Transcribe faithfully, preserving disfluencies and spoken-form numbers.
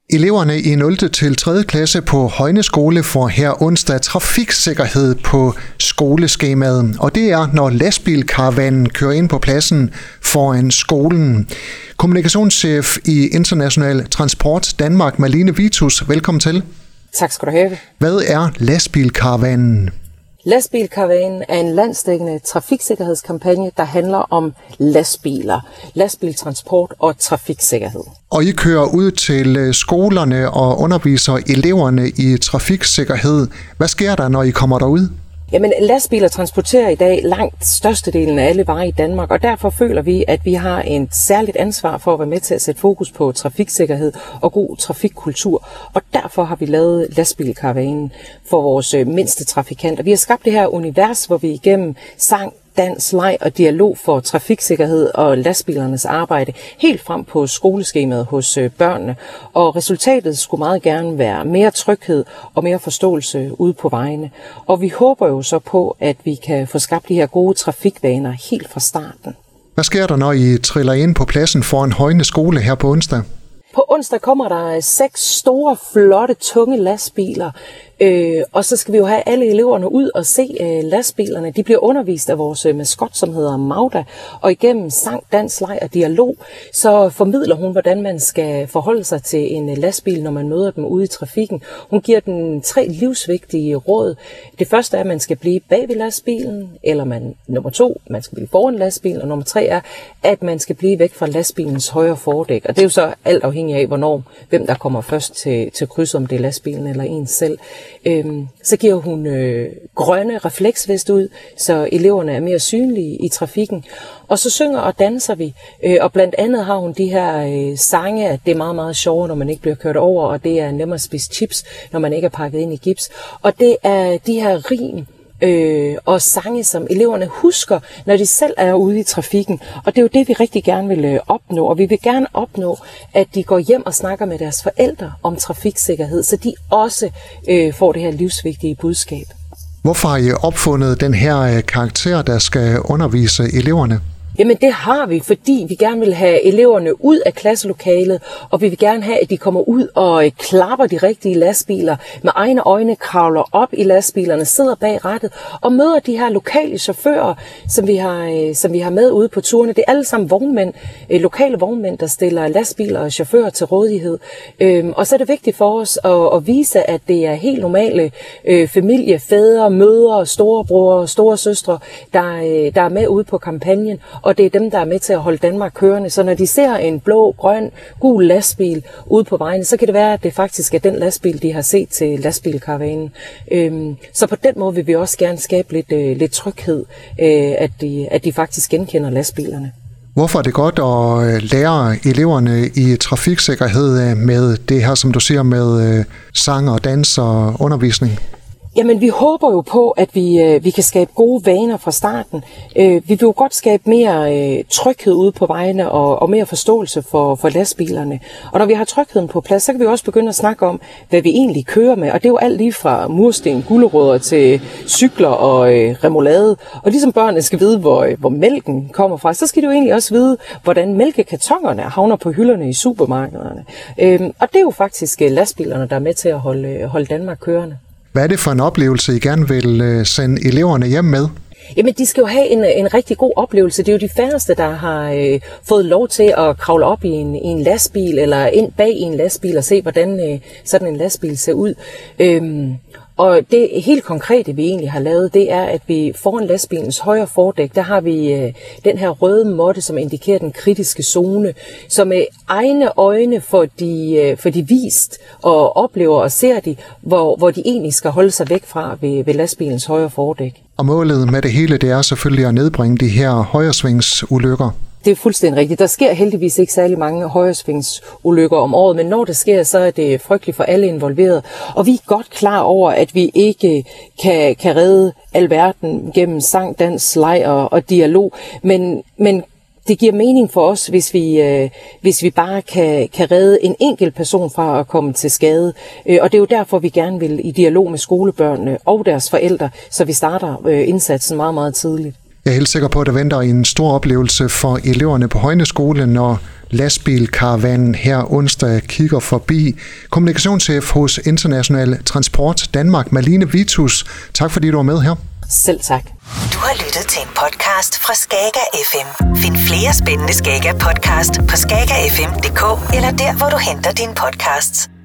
Eleverne i nul til tredje klasse på Højne Skole får her onsdag trafiksikkerhed på skoleskemaet, og det er, når lastbilkaravanen kører ind på pladsen foran skolen. Kommunikationschef i International Transport Danmark, Malene Vitus, velkommen til. Tak skal du have. Hvad er lastbilkaravanen? Lastbilkaravanen er en landsdækkende trafiksikkerhedskampagne, der handler om lastbiler, lastbiltransport og trafiksikkerhed. Og I kører ud til skolerne og underviser eleverne i trafiksikkerhed. Hvad sker der, når I kommer derud? Jamen, lastbiler transporterer i dag langt størstedelen af alle varer i Danmark, og derfor føler vi, at vi har et særligt ansvar for at være med til at sætte fokus på trafiksikkerhed og god trafikkultur. Og derfor har vi lavet lastbilkaravanen for vores mindste trafikanter. Vi har skabt det her univers, hvor vi igennem sang, dans, leg og dialog for trafiksikkerhed og lastbilernes arbejde helt frem på skoleskemaet hos børnene. Og resultatet skulle meget gerne være mere tryghed og mere forståelse ude på vejene. Og vi håber jo så på, at vi kan få skabt de her gode trafikvaner helt fra starten. Hvad sker der, når I triller ind på pladsen foran Højne Skole her på onsdag? På onsdag kommer der seks store, flotte, tunge lastbiler, øh, og så skal vi jo have alle eleverne ud og se øh, lastbilerne. De bliver undervist af vores øh, maskot, som hedder Magda, og igennem sang, dans, leg og dialog, så formidler hun, hvordan man skal forholde sig til en øh, lastbil, når man møder dem ude i trafikken. Hun giver den tre livsvigtige råd. Det første er, at man skal blive bag ved lastbilen, eller man, nummer to, man skal blive foran lastbilen, og nummer tre er, at man skal blive væk fra lastbilens højre fordæk. Og det er jo så alt afhængig af, hvornår, hvem der kommer først til, til krydset, om det er lastbilen eller en selv. Øhm, så giver hun øh, grønne refleksvest ud, så eleverne er mere synlige i trafikken. Og så synger og danser vi, øh, og blandt andet har hun de her øh, sange, at det er meget, meget sjovere, når man ikke bliver kørt over, og det er nemmere at spise chips, når man ikke er pakket ind i gips. Og det er de her rim, Øh, og sange, som eleverne husker, når de selv er ude i trafikken. Og det er jo det, vi rigtig gerne vil øh, opnå. Og vi vil gerne opnå, at de går hjem og snakker med deres forældre om trafiksikkerhed, så de også øh, får det her livsvigtige budskab. Hvorfor har I opfundet den her karakter, der skal undervise eleverne? Jamen det har vi, fordi vi gerne vil have eleverne ud af klasselokalet, og vi vil gerne have, at de kommer ud og klapper de rigtige lastbiler, med egne øjne kravler op i lastbilerne, sidder bag rattet og møder de her lokale chauffører, som vi har, som vi har med ude på turene. Det er alle sammen vognmænd, lokale vognmænd, der stiller lastbiler og chauffører til rådighed. Og så er det vigtigt for os at, at vise, at det er helt normale familie, fædre, mødre, storebror, storesøstre, der, der er med ude på kampagnen. Og det er dem, der er med til at holde Danmark kørende. Så når de ser en blå, grøn, gul lastbil ude på vejen, så kan det være, at det faktisk er den lastbil, de har set til lastbilkaravanen. Øhm, så på den måde vil vi også gerne skabe lidt, øh, lidt tryghed, øh, at, de, at de faktisk genkender lastbilerne. Hvorfor er det godt at lære eleverne i trafiksikkerhed med det her, som du siger, med sang og dans og undervisning? Jamen, vi håber jo på, at vi, øh, vi kan skabe gode vaner fra starten. Øh, vi vil jo godt skabe mere øh, tryghed ude på vejene og, og mere forståelse for, for lastbilerne. Og når vi har trygheden på plads, så kan vi også begynde at snakke om, hvad vi egentlig kører med. Og det er jo alt lige fra mursten, gulerødder til cykler og øh, remoulade. Og ligesom børnene skal vide, hvor, hvor mælken kommer fra, så skal de jo egentlig også vide, hvordan mælkekartonerne havner på hylderne i supermarkederne. Øh, og det er jo faktisk lastbilerne, der er med til at holde, holde Danmark kørende. Hvad er det for en oplevelse, I gerne vil sende eleverne hjem med? Jamen, de skal jo have en, en rigtig god oplevelse. Det er jo de færreste, der har øh, fået lov til at kravle op i en, i en lastbil, eller ind bag i en lastbil og se, hvordan øh, sådan en lastbil ser ud. Øhm, og det helt konkrete, vi egentlig har lavet, det er, at vi foran lastbilens højre fordæk, der har vi øh, den her røde måtte, som indikerer den kritiske zone, så med egne øjne får de, øh, får de vist og oplever og ser de, hvor, hvor de egentlig skal holde sig væk fra ved, ved lastbilens højre fordæk. Og målet med det hele, det er selvfølgelig at nedbringe de her højresvingsulykker. Det er fuldstændig rigtigt. Der sker heldigvis ikke særlig mange højresvingsulykker om året, men når det sker, så er det frygteligt for alle involverede. Og vi er godt klar over, at vi ikke kan, kan redde alverden gennem sang, dans, leg og, og dialog, men, men det giver mening for os, hvis vi, øh, hvis vi bare kan, kan redde en enkelt person fra at komme til skade. Øh, og det er jo derfor, vi gerne vil i dialog med skolebørnene og deres forældre, så vi starter øh, indsatsen meget, meget tidligt. Jeg er helt sikker på, at der venter en stor oplevelse for eleverne på Højne Skole, når, lastbilkaravanen her onsdag kigger forbi. Kommunikationschef hos International Transport Danmark, Malene Vitus. Tak fordi du var med her. Selv tak. Du har lyttet til en podcast fra Skager F M. Find flere spændende Skager podcast på skager f m punktum d k eller der, hvor du henter dine podcasts.